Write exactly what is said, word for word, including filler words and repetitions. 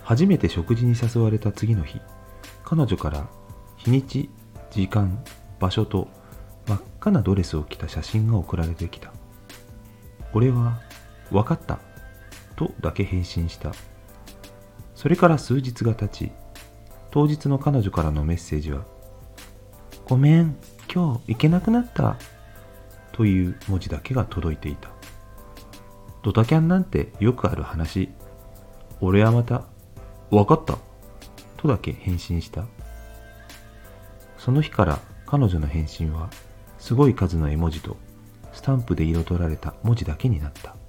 初めて食事に誘われた次の日、彼女から日にち、時間、場所と真っ赤なドレスを着た写真が送られてきた。俺は、わかった、とだけ返信した。それから数日が経ち、当日の彼女からのメッセージは、ごめん、今日行けなくなった、という文字だけが届いていた。ドタキャンなんてよくある話。俺はまた、わかった、とだけ返信した。その日から彼女の返信は、すごい数の絵文字とスタンプで彩られた文字だけになった。